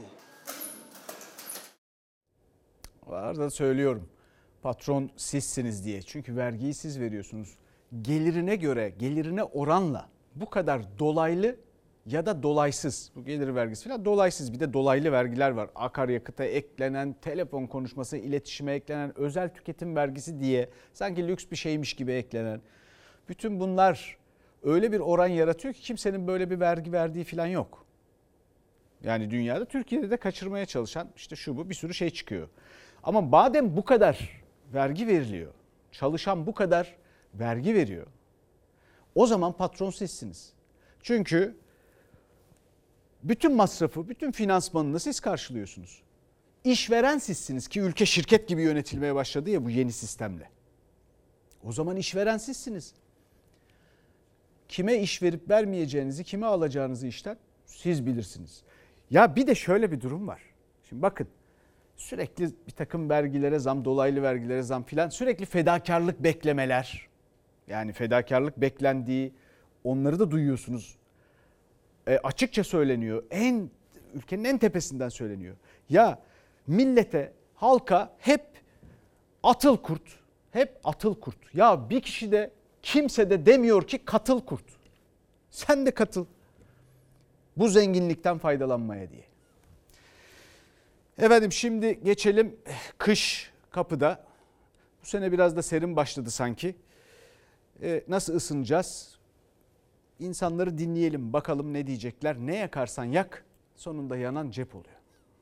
Arada söylüyorum. Patron sizsiniz diye. Çünkü vergiyi siz veriyorsunuz. Gelirine göre, gelirine oranla bu kadar dolaylı ya da dolaysız. Bu gelir vergisi falan dolaysız. Bir de dolaylı vergiler var. Akaryakıta eklenen, telefon konuşması, iletişime eklenen, özel tüketim vergisi diye sanki lüks bir şeymiş gibi eklenen. Bütün bunlar öyle bir oran yaratıyor ki kimsenin böyle bir vergi verdiği falan yok. Yani dünyada, Türkiye'de de kaçırmaya çalışan işte şu bu bir sürü şey çıkıyor. Ama madem bu kadar vergi veriliyor, çalışan bu kadar vergi veriyor, o zaman patron sizsiniz. Çünkü bütün masrafı, bütün finansmanını siz karşılıyorsunuz. İşveren sizsiniz ki ülke şirket gibi yönetilmeye başladı ya bu yeni sistemle. O zaman işveren sizsiniz. Kime iş verip vermeyeceğinizi, kime alacağınızı işten siz bilirsiniz. Ya bir de şöyle bir durum var. Şimdi bakın, sürekli bir takım vergilere zam, dolaylı vergilere zam filan, sürekli fedakarlık beklemeler. Yani fedakarlık beklendiği, onları da duyuyorsunuz. E, açıkça söyleniyor. En ülkenin en tepesinden söyleniyor. Ya millete, halka hep atıl kurt, hep atıl kurt. Ya bir kişi de, kimse de demiyor ki katıl kurt. Sen de katıl. Bu zenginlikten faydalanmaya diye. Efendim şimdi geçelim, kış kapıda. Bu sene biraz da serin başladı sanki. Ee, nasıl ısınacağız? İnsanları dinleyelim, bakalım ne diyecekler. Ne yakarsan yak, sonunda yanan cep oluyor.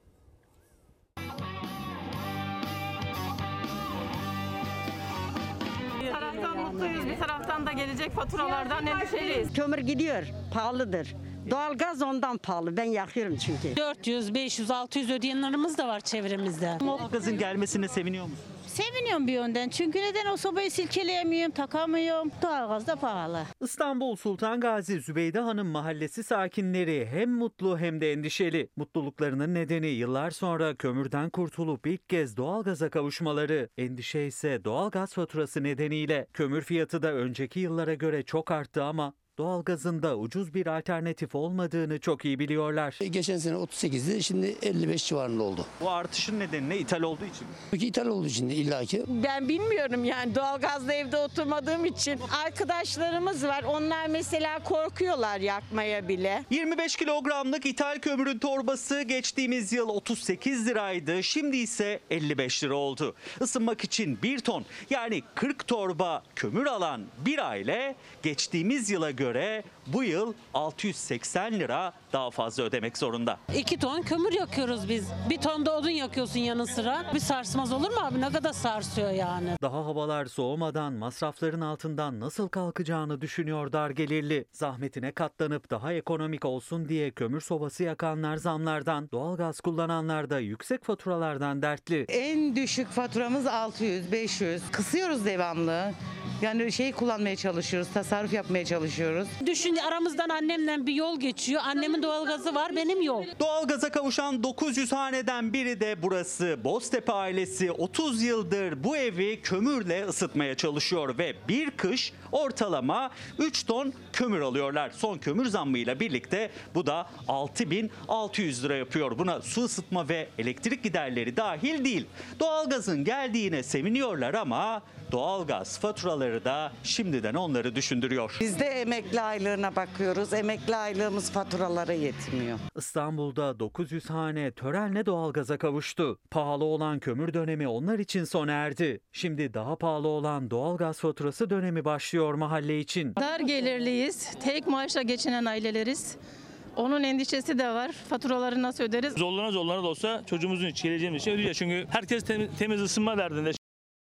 Bir taraftan mutluyuz, bir taraftan da gelecek faturalardan endişeliyiz. Kömür gidiyor, pahalıdır. Doğalgaz ondan pahalı. Ben yakıyorum çünkü. dört yüz, beş yüz, altı yüz ödeyenlerimiz de var çevremizde. Doğalgazın gelmesine seviniyor musun? Seviniyorum bir yönden. Çünkü neden o sobayı silkeleyemiyorum, takamıyorum. Doğalgaz da pahalı. İstanbul Sultan Gazi Zübeyde Hanım mahallesi sakinleri hem mutlu hem de endişeli. Mutluluklarının nedeni yıllar sonra kömürden kurtulup ilk kez doğalgaza kavuşmaları. Endişe ise doğalgaz faturası nedeniyle. Kömür fiyatı da önceki yıllara göre çok arttı ama doğalgazın da ucuz bir alternatif olmadığını çok iyi biliyorlar. Geçen sene otuz sekizdi, şimdi elli beş civarında oldu. Bu artışın nedeni ne? İthal olduğu için mi? Çünkü ithal olduğu için de illaki. Ben bilmiyorum yani, doğalgazla evde oturmadığım için. Arkadaşlarımız var, onlar mesela korkuyorlar yakmaya bile. yirmi beş kilogramlık ithal kömürün torbası geçtiğimiz yıl otuz sekiz liraydı. Şimdi ise elli beş lira oldu. Isınmak için bir ton, yani kırk torba kömür alan bir aile geçtiğimiz yıla göre bu yıl altı yüz seksen lira daha fazla ödemek zorunda. İki ton kömür yakıyoruz biz. Bir ton da odun yakıyorsun yanı sıra. Bir sarsmaz olur mu abi? Ne kadar sarsıyor yani. Daha havalar soğumadan masrafların altından nasıl kalkacağını düşünüyor dar gelirli. Zahmetine katlanıp daha ekonomik olsun diye kömür sobası yakanlar zamlardan, doğalgaz kullananlar da yüksek faturalardan dertli. En düşük faturamız altı yüz beş yüz. Kısıyoruz devamlı. Yani şey kullanmaya çalışıyoruz, tasarruf yapmaya çalışıyoruz. Düşün, aramızdan annemle bir yol geçiyor. Annemin doğalgazı var, benim yok. Doğalgaza kavuşan dokuz yüz haneden biri de burası. Boztepe ailesi otuz yıldır bu evi kömürle ısıtmaya çalışıyor ve bir kış ortalama üç ton kömür alıyorlar. Son kömür zammıyla birlikte bu da altı bin altı yüz lira yapıyor. Buna su ısıtma ve elektrik giderleri dahil değil. Doğalgazın geldiğine seviniyorlar ama doğalgaz faturaları da şimdiden onları düşündürüyor. Biz de emekli aylığına bakıyoruz. Emekli aylığımız faturalara yetmiyor. İstanbul'da dokuz yüz hane törenle doğalgaza kavuştu. Pahalı olan kömür dönemi onlar için sona erdi. Şimdi daha pahalı olan doğalgaz faturası dönemi başlıyor mahalle için. Dar gelirliyiz, tek maaşla geçinen aileleriz. Onun endişesi de var. Faturaları nasıl öderiz? Zorlana zorlana da olsa çocuğumuzun için, geleceğimiz için ödeyeceğiz. Çünkü herkes temiz, temiz ısınma derdinde.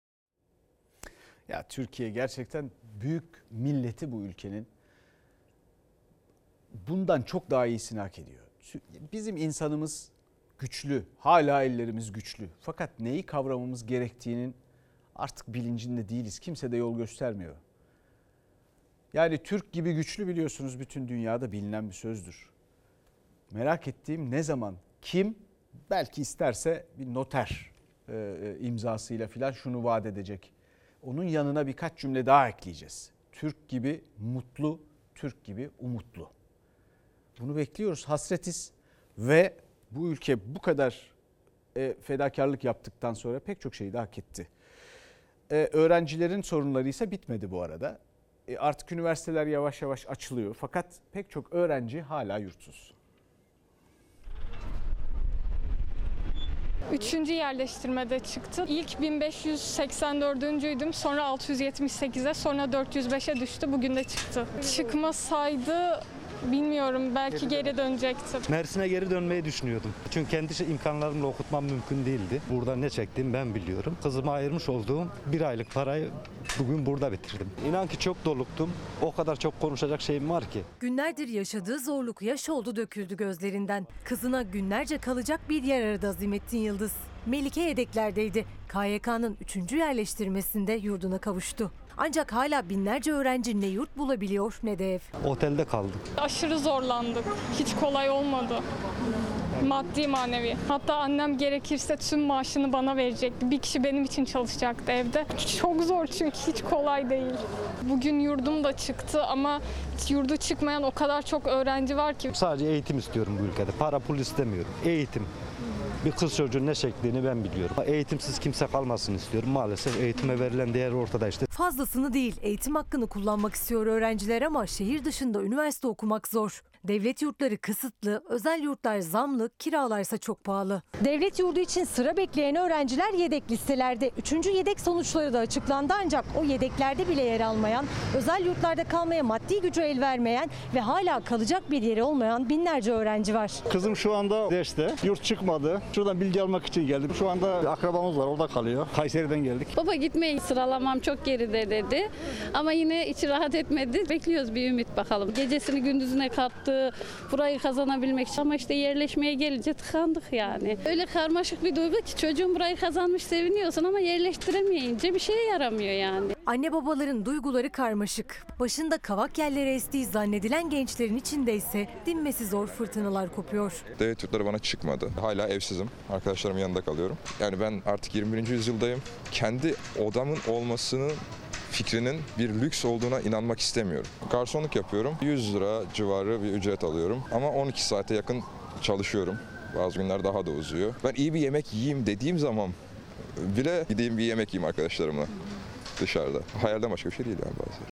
Ya Türkiye gerçekten büyük milleti bu ülkenin. Bundan çok daha iyisini hak ediyor. Bizim insanımız güçlü, hala ellerimiz güçlü. Fakat neyi kavramamız gerektiğinin artık bilincinde değiliz. Kimse de yol göstermiyor. Yani Türk gibi güçlü, biliyorsunuz, bütün dünyada bilinen bir sözdür. Merak ettiğim, ne zaman, kim, belki isterse bir noter e, imzasıyla filan şunu vaat edecek. Onun yanına birkaç cümle daha ekleyeceğiz. Türk gibi mutlu, Türk gibi umutlu. Bunu bekliyoruz, hasretiz ve bu ülke bu kadar e, fedakarlık yaptıktan sonra pek çok şeyi de hak etti. E, öğrencilerin sorunları ise bitmedi bu arada. E, artık üniversiteler yavaş yavaş açılıyor fakat pek çok öğrenci hala yurtsuz. Üçüncü yerleştirmede çıktı. İlk bin beş yüz seksen dördüncüydüm. Sonra altı yüz yetmiş sekize, sonra dört yüz beşe düştü. Bugün de çıktı. Çıkmasaydı bilmiyorum, belki geri dönecektim. Mersin'e geri dönmeyi düşünüyordum. Çünkü kendi imkanlarımla okutmam mümkün değildi. Burada ne çektiğimi ben biliyorum. Kızıma ayırmış olduğum bir aylık parayı bugün burada bitirdim. İnan ki çok doluktum. O kadar çok konuşacak şeyim var ki. Günlerdir yaşadığı zorluk yaş oldu döküldü gözlerinden. Kızına günlerce kalacak bir yer aradı Azimettin Yıldız. Melike yedeklerdeydi. K Y K'nın üçüncü yerleştirmesinde yurduna kavuştu. Ancak hala binlerce öğrenci ne yurt bulabiliyor ne de ev. Otelde kaldık. Aşırı zorlandık. Hiç kolay olmadı. Maddi manevi. Hatta annem gerekirse tüm maaşını bana verecekti. Bir kişi benim için çalışacaktı evde. Çok zor çünkü hiç kolay değil. Bugün yurdum da çıktı ama yurdu çıkmayan o kadar çok öğrenci var ki. Sadece eğitim istiyorum bu ülkede. Para pul istemiyorum. Eğitim. Bir kız çocuğun ne çektiğini ben biliyorum. Eğitimsiz kimse kalmasın istiyorum. Maalesef eğitime verilen değer ortada işte. Fazlasını değil, eğitim hakkını kullanmak istiyor öğrenciler ama şehir dışında üniversite okumak zor. Devlet yurtları kısıtlı, özel yurtlar zamlı, kiralarsa çok pahalı. Devlet yurdu için sıra bekleyen öğrenciler yedek listelerde. Üçüncü yedek sonuçları da açıklandı ancak o yedeklerde bile yer almayan, özel yurtlarda kalmaya maddi gücü el vermeyen ve hala kalacak bir yeri olmayan binlerce öğrenci var. Kızım şu anda derste, yurt çıkmadı. Şuradan bilgi almak için geldim. Şu anda bir akrabamız var, orada kalıyor. Kayseri'den geldik. Baba gitmeyin, sıralamam çok geride dedi. Ama yine içi rahat etmedi. Bekliyoruz bir ümit bakalım. Gecesini gündüzüne kattı. Burayı kazanabilmek için ama işte yerleşmeye gelince tıkandık yani. Öyle karmaşık bir duygu ki çocuğun burayı kazanmış seviniyorsun ama yerleştiremeyince bir şeye yaramıyor yani. Anne babaların duyguları karmaşık. Başında kavak yerlere estiği zannedilen gençlerin içinde ise dinmesi zor fırtınalar kopuyor. Devlet yurtları bana çıkmadı. Hala evsizim. Arkadaşlarımın yanında kalıyorum. Yani ben artık yirmi birinci yüzyıldayım. Kendi odamın olmasının fikrinin bir lüks olduğuna inanmak istemiyorum. Garsonluk yapıyorum. yüz lira civarı bir ücret alıyorum. Ama on iki saate yakın çalışıyorum. Bazı günler daha da uzuyor. Ben iyi bir yemek yiyeyim dediğim zaman bile gideyim bir yemek yiyeyim arkadaşlarımla dışarıda. Hayalden başka bir şey değil yani bazıları.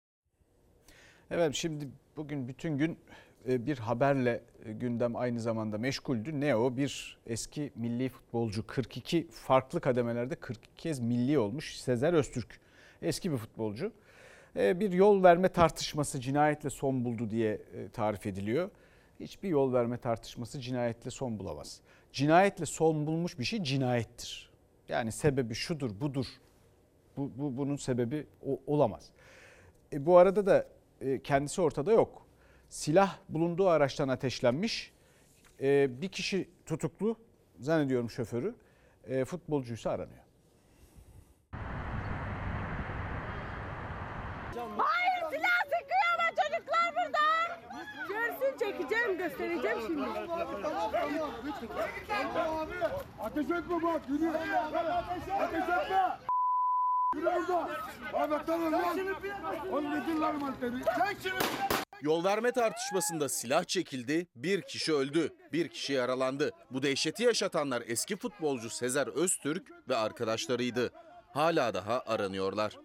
Evet, şimdi bugün bütün gün bir haberle gündem aynı zamanda meşguldü. Ne o? Bir eski milli futbolcu, kırk iki farklı kademelerde kırk iki kez milli olmuş Sezer Öztürk. Eski bir futbolcu. Bir yol verme tartışması cinayetle son buldu diye tarif ediliyor. Hiçbir yol verme tartışması cinayetle son bulamaz. Cinayetle son bulmuş bir şey cinayettir. Yani sebebi şudur, budur. Bu, bu bunun sebebi o, olamaz. E, bu arada da e, kendisi ortada yok. Silah bulunduğu araçtan ateşlenmiş. E, bir kişi tutuklu, zannediyorum şoförü. E, futbolcuysa aranıyor. Hayır, silah sıkıyor ama çocuklar burada. Görsün, çekeceğim, göstereceğim şimdi. Ateş etme bak, yürü. Ateş etme. Yürü burada. Ahmet'ten ol lan. Onu getirler mantığı. Çek şunu. Yol verme tartışmasında silah çekildi, bir kişi öldü, bir kişi yaralandı. Bu dehşeti yaşatanlar eski futbolcu Sezer Öztürk ve arkadaşlarıydı. Hala daha aranıyorlar.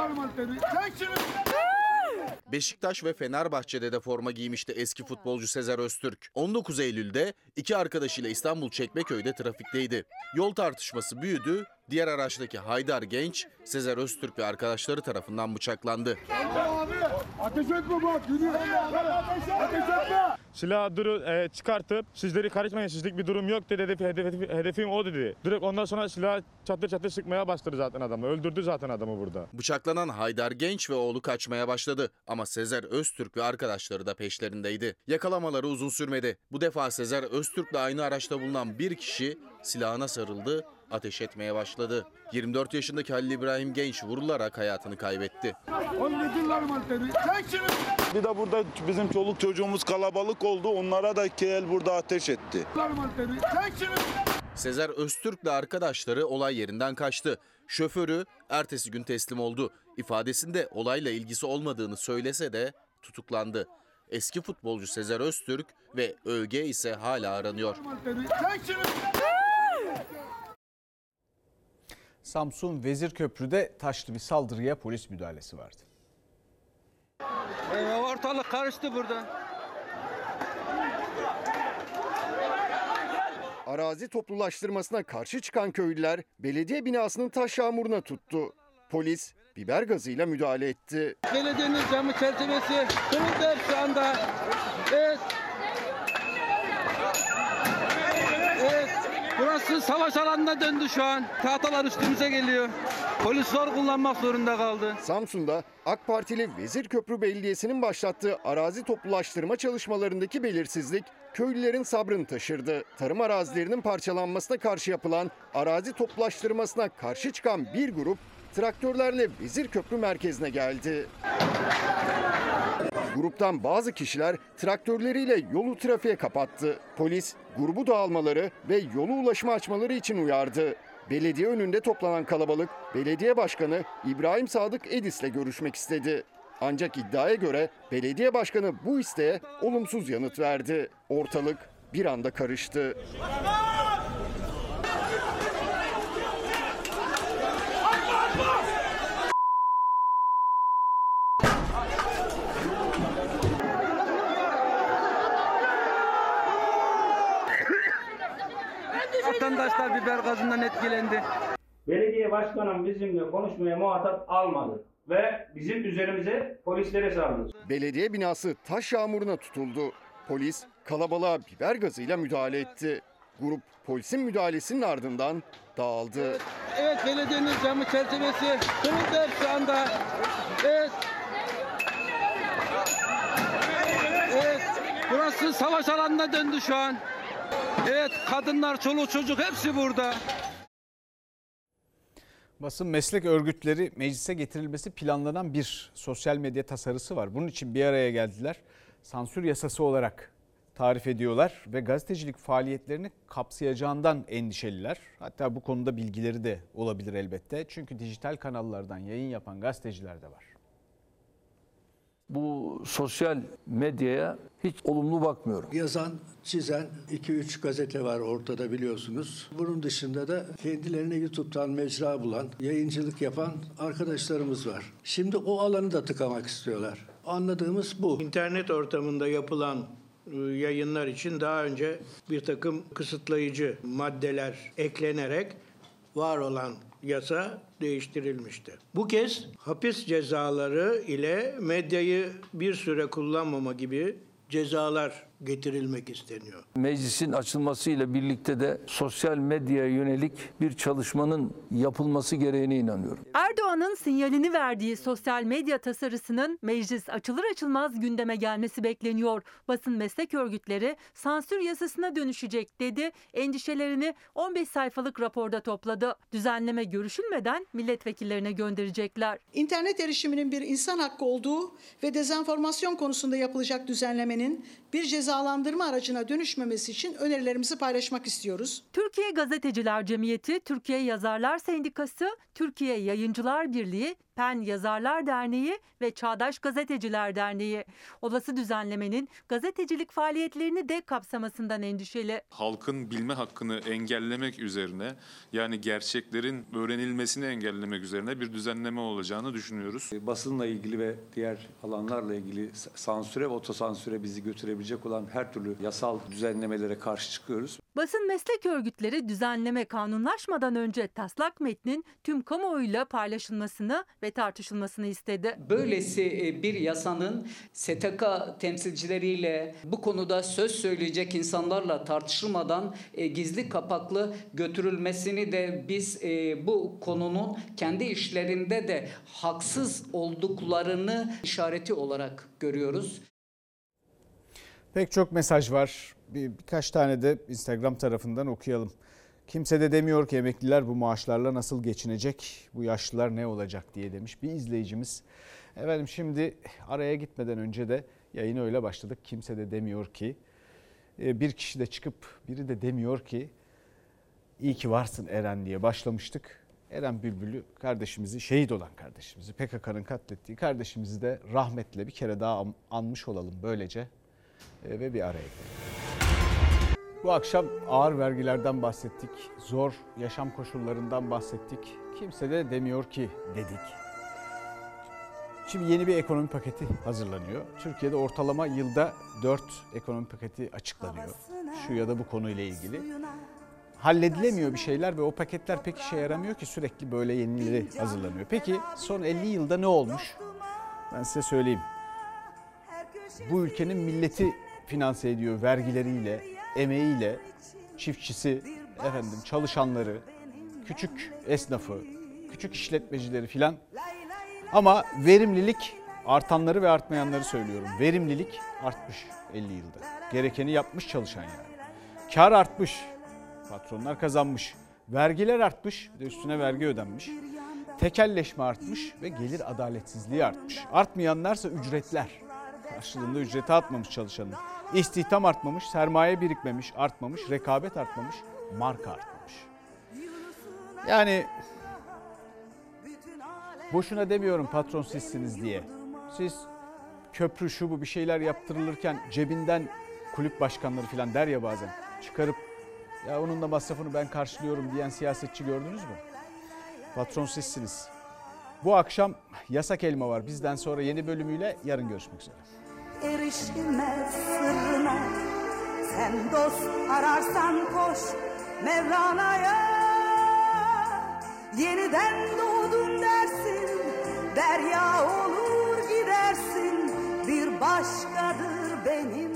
Beşiktaş ve Fenerbahçe'de de forma giymişti eski futbolcu Sezer Öztürk. on dokuz Eylül'de iki arkadaşıyla İstanbul Çekmeköy'de trafikteydi. Yol tartışması büyüdü. Diğer araçtaki Haydar Genç, Sezer Öztürk ve arkadaşları tarafından bıçaklandı. Ateş etme bak, yürü. Ateş etme. Silahı duru, e, çıkartıp sizleri karışmayın, sizlik bir durum yok dedi. Hedef, hedef, hedefim o dedi. Direkt ondan sonra silah çatır çatır sıkmaya başladı zaten adamı. Öldürdü zaten adamı burada. Bıçaklanan Haydar Genç ve oğlu kaçmaya başladı. Ama Sezer Öztürk ve arkadaşları da peşlerindeydi. Yakalamaları uzun sürmedi. Bu defa Sezer Öztürk'le aynı araçta bulunan bir kişi silahına sarıldı, ateş etmeye başladı. yirmi dört yaşındaki Halil İbrahim Genç vurularak hayatını kaybetti. Bir de burada bizim çoluk çocuğumuz kalabalık oldu. Onlara da iki el burada ateş etti. Sezer Öztürk'le arkadaşları olay yerinden kaçtı. Şoförü ertesi gün teslim oldu. İfadesinde olayla ilgisi olmadığını söylese de tutuklandı. Eski futbolcu Sezer Öztürk ve Öge ise hala aranıyor. Samsun Vezirköprü'de taşlı bir saldırıya polis müdahalesi vardı. Ortalık karıştı burada. Arazi toplulaştırmasına karşı çıkan köylüler belediye binasının taş yağmuruna tuttu. Polis biber gazıyla müdahale etti. Belediyenin camı çerçevesi kırıldı şu anda. Evet. Evet. Burası savaş alanına döndü şu an. Tahtalar üstümüze geliyor. Polis zor kullanmak zorunda kaldı. Samsun'da AK Partili Vezirköprü Belediyesi'nin başlattığı arazi toplulaştırma çalışmalarındaki belirsizlik köylülerin sabrını taşırdı. Tarım arazilerinin parçalanmasına karşı yapılan arazi toplulaştırmasına karşı çıkan bir grup traktörlerle Vezirköprü merkezine geldi. Gruptan bazı kişiler traktörleriyle yolu trafiğe kapattı. Polis grubu dağılmaları ve yolu ulaşıma açmaları için uyardı. Belediye önünde toplanan kalabalık belediye başkanı İbrahim Sadık Edis'le görüşmek istedi. Ancak iddiaya göre belediye başkanı bu isteğe olumsuz yanıt verdi. Ortalık bir anda karıştı. Vatandaşlar biber gazından etkilendi. Belediye başkanım bizimle konuşmaya muhatap almadı ve bizim üzerimize polislere saldırdı. Belediye binası taş yağmuruna tutuldu. Polis kalabalığa biber gazıyla müdahale etti. Grup polisin müdahalesinin ardından dağıldı. Evet, evet belediyenin camı çerçevesi kırıldı şu anda. Evet. Evet. Burası savaş alanına döndü şu an. Evet, kadınlar, çoluk çocuk hepsi burada. Basın meslek örgütleri meclise getirilmesi planlanan bir sosyal medya tasarısı var. Bunun için bir araya geldiler. Sansür yasası olarak tarif ediyorlar ve gazetecilik faaliyetlerini kapsayacağından endişeliler. Hatta bu konuda bilgileri de olabilir elbette. Çünkü dijital kanallardan yayın yapan gazeteciler de var. Bu sosyal medyaya hiç olumlu bakmıyorum. Yazan, çizen iki üç gazete var ortada biliyorsunuz. Bunun dışında da kendilerine YouTube'dan mecra bulan, yayıncılık yapan arkadaşlarımız var. Şimdi o alanı da tıkamak istiyorlar. Anladığımız bu. İnternet ortamında yapılan yayınlar için daha önce bir takım kısıtlayıcı maddeler eklenerek var olan yasa değiştirilmişti. Bu kez hapis cezaları ile medyayı bir süre kullanmama gibi cezalar getirilmek isteniyor. Meclisin açılmasıyla birlikte de sosyal medyaya yönelik bir çalışmanın yapılması gereğine inanıyorum. Erdoğan'ın sinyalini verdiği sosyal medya tasarısının meclis açılır açılmaz gündeme gelmesi bekleniyor. Basın meslek örgütleri sansür yasasına dönüşecek dedi. Endişelerini on beş sayfalık raporda topladı. Düzenleme görüşülmeden milletvekillerine gönderecekler. İnternet erişiminin bir insan hakkı olduğu ve dezenformasyon konusunda yapılacak düzenlemenin bir cezalandırma aracına dönüşmemesi için önerilerimizi paylaşmak istiyoruz. Türkiye Gazeteciler Cemiyeti, Türkiye Yazarlar Sendikası, Türkiye Yayıncılar Birliği, PEN Yazarlar Derneği ve Çağdaş Gazeteciler Derneği olası düzenlemenin gazetecilik faaliyetlerini de kapsamasından endişeli. Halkın bilme hakkını engellemek üzerine, yani gerçeklerin öğrenilmesini engellemek üzerine bir düzenleme olacağını düşünüyoruz. Basınla ilgili ve diğer alanlarla ilgili sansüre ve otosansüre bizi götürebilecek olan her türlü yasal düzenlemelere karşı çıkıyoruz. Basın meslek örgütleri düzenleme kanunlaşmadan önce taslak metnin tüm kamuoyuyla paylaşılmasını ve tartışılmasını istedi. Böylesi bir yasanın S T K temsilcileriyle bu konuda söz söyleyecek insanlarla tartışılmadan gizli kapaklı götürülmesini de biz bu konunun kendi işlerinde de haksız olduklarını işareti olarak görüyoruz. Pek çok mesaj var. Bir, birkaç tane de Instagram tarafından okuyalım. Kimse de demiyor ki emekliler bu maaşlarla nasıl geçinecek, bu yaşlılar ne olacak diye demiş bir izleyicimiz. Efendim şimdi araya gitmeden önce de yayına öyle başladık. Kimse de demiyor ki, bir kişi de çıkıp biri de demiyor ki iyi ki varsın Eren diye başlamıştık. Eren Bülbül'ü, kardeşimizi, şehit olan kardeşimizi, P K K'nın katlettiği kardeşimizi de rahmetle bir kere daha anmış olalım böylece e, ve bir araya gidelim. Bu akşam ağır vergilerden bahsettik, zor yaşam koşullarından bahsettik. Kimse de demiyor ki dedik. Şimdi yeni bir ekonomi paketi hazırlanıyor. Türkiye'de ortalama yılda dört ekonomi paketi açıklanıyor. Şu ya da bu konuyla ilgili. Halledilemiyor bir şeyler ve o paketler pek işe yaramıyor ki, sürekli böyle yenileri hazırlanıyor. Peki son elli yılda ne olmuş? Ben size söyleyeyim. Bu ülkenin milleti finanse ediyor vergileriyle, emeğiyle, çiftçisi, efendim çalışanları, küçük esnafı, küçük işletmecileri filan. Ama verimlilik, artanları ve artmayanları söylüyorum. Verimlilik artmış elli yılda. Gerekeni yapmış çalışan yani. Kar artmış, patronlar kazanmış. Vergiler artmış, bir de üstüne vergi ödenmiş. Tekelleşme artmış ve gelir adaletsizliği artmış. Artmayanlarsa ücretler. Karşılığında ücreti artmamış çalışanın. İstihdam artmamış, sermaye birikmemiş, artmamış, rekabet artmamış, marka artmamış. Yani boşuna demiyorum patron sizsiniz diye. Siz köprü şu bu bir şeyler yaptırılırken cebinden kulüp başkanları falan der ya bazen. Çıkarıp ya onun da masrafını ben karşılıyorum diyen siyasetçi gördünüz mü? Patron sizsiniz. Bu akşam Yasak Elma var. Bizden sonra yeni bölümüyle yarın görüşmek üzere. Erişilmez sırrına, sen dost ararsan koş Mevlana'ya. Yeniden doğdun dersin, derya olur gidersin, bir başkadır benim